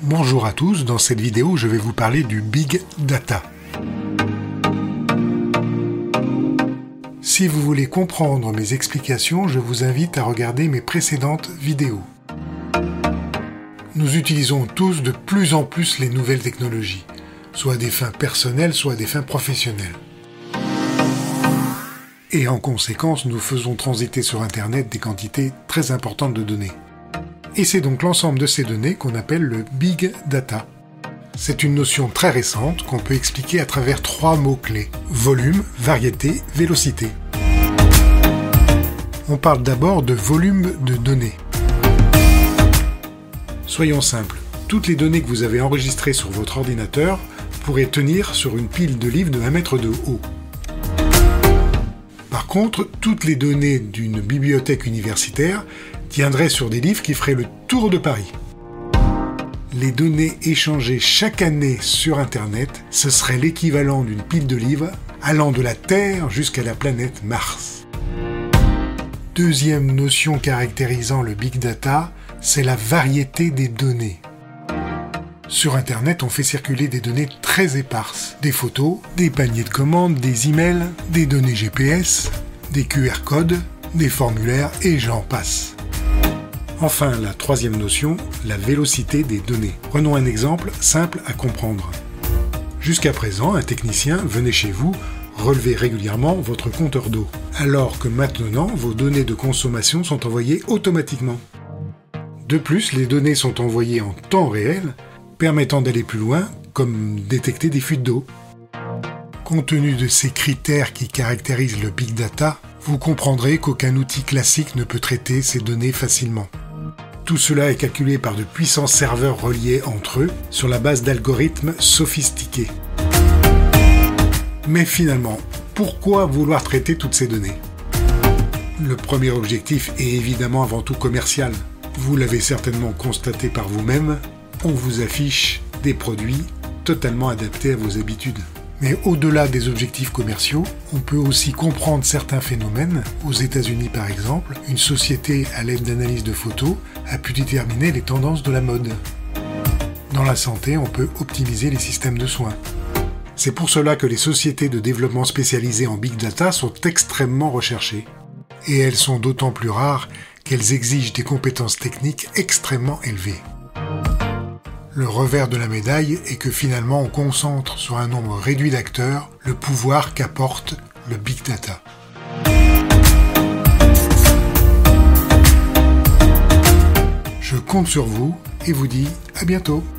Bonjour à tous, dans cette vidéo je vais vous parler du Big Data. Si vous voulez comprendre mes explications, je vous invite à regarder mes précédentes vidéos. Nous utilisons tous de plus en plus les nouvelles technologies, soit à des fins personnelles, soit à des fins professionnelles. Et en conséquence, nous faisons transiter sur Internet des quantités très importantes de données. Et c'est donc l'ensemble de ces données qu'on appelle le Big Data. C'est une notion très récente qu'on peut expliquer à travers 3 mots-clés: volume, variété, vélocité. On parle d'abord de volume de données. Soyons simples, toutes les données que vous avez enregistrées sur votre ordinateur pourraient tenir sur une pile de livres de 1 mètre de haut. Par contre, toutes les données d'une bibliothèque universitaire tiendraient sur des livres qui feraient le tour de Paris. Les données échangées chaque année sur Internet, ce serait l'équivalent d'une pile de livres allant de la Terre jusqu'à la planète Mars. Deuxième notion caractérisant le Big Data, c'est la variété des données. Sur Internet, on fait circuler des données très éparses. Des photos, des paniers de commandes, des emails, des données GPS, des QR codes, des formulaires et j'en passe. Enfin, la troisième notion, la vélocité des données. Prenons un exemple simple à comprendre. Jusqu'à présent, un technicien venait chez vous relever régulièrement votre compteur d'eau, alors que maintenant, vos données de consommation sont envoyées automatiquement. De plus, les données sont envoyées en temps réel, permettant d'aller plus loin, comme détecter des fuites d'eau. Compte tenu de ces critères qui caractérisent le Big Data, vous comprendrez qu'aucun outil classique ne peut traiter ces données facilement. Tout cela est calculé par de puissants serveurs reliés entre eux sur la base d'algorithmes sophistiqués. Mais finalement, pourquoi vouloir traiter toutes ces données ? Le premier objectif est évidemment avant tout commercial. Vous l'avez certainement constaté par vous-même, on vous affiche des produits totalement adaptés à vos habitudes. Mais au-delà des objectifs commerciaux, on peut aussi comprendre certains phénomènes. Aux États-Unis par exemple, une société à l'aide d'analyse de photos a pu déterminer les tendances de la mode. Dans la santé, on peut optimiser les systèmes de soins. C'est pour cela que les sociétés de développement spécialisées en Big Data sont extrêmement recherchées. Et elles sont d'autant plus rares qu'elles exigent des compétences techniques extrêmement élevées. Le revers de la médaille est que finalement on concentre sur un nombre réduit d'acteurs le pouvoir qu'apporte le Big Data. Je compte sur vous et vous dis à bientôt.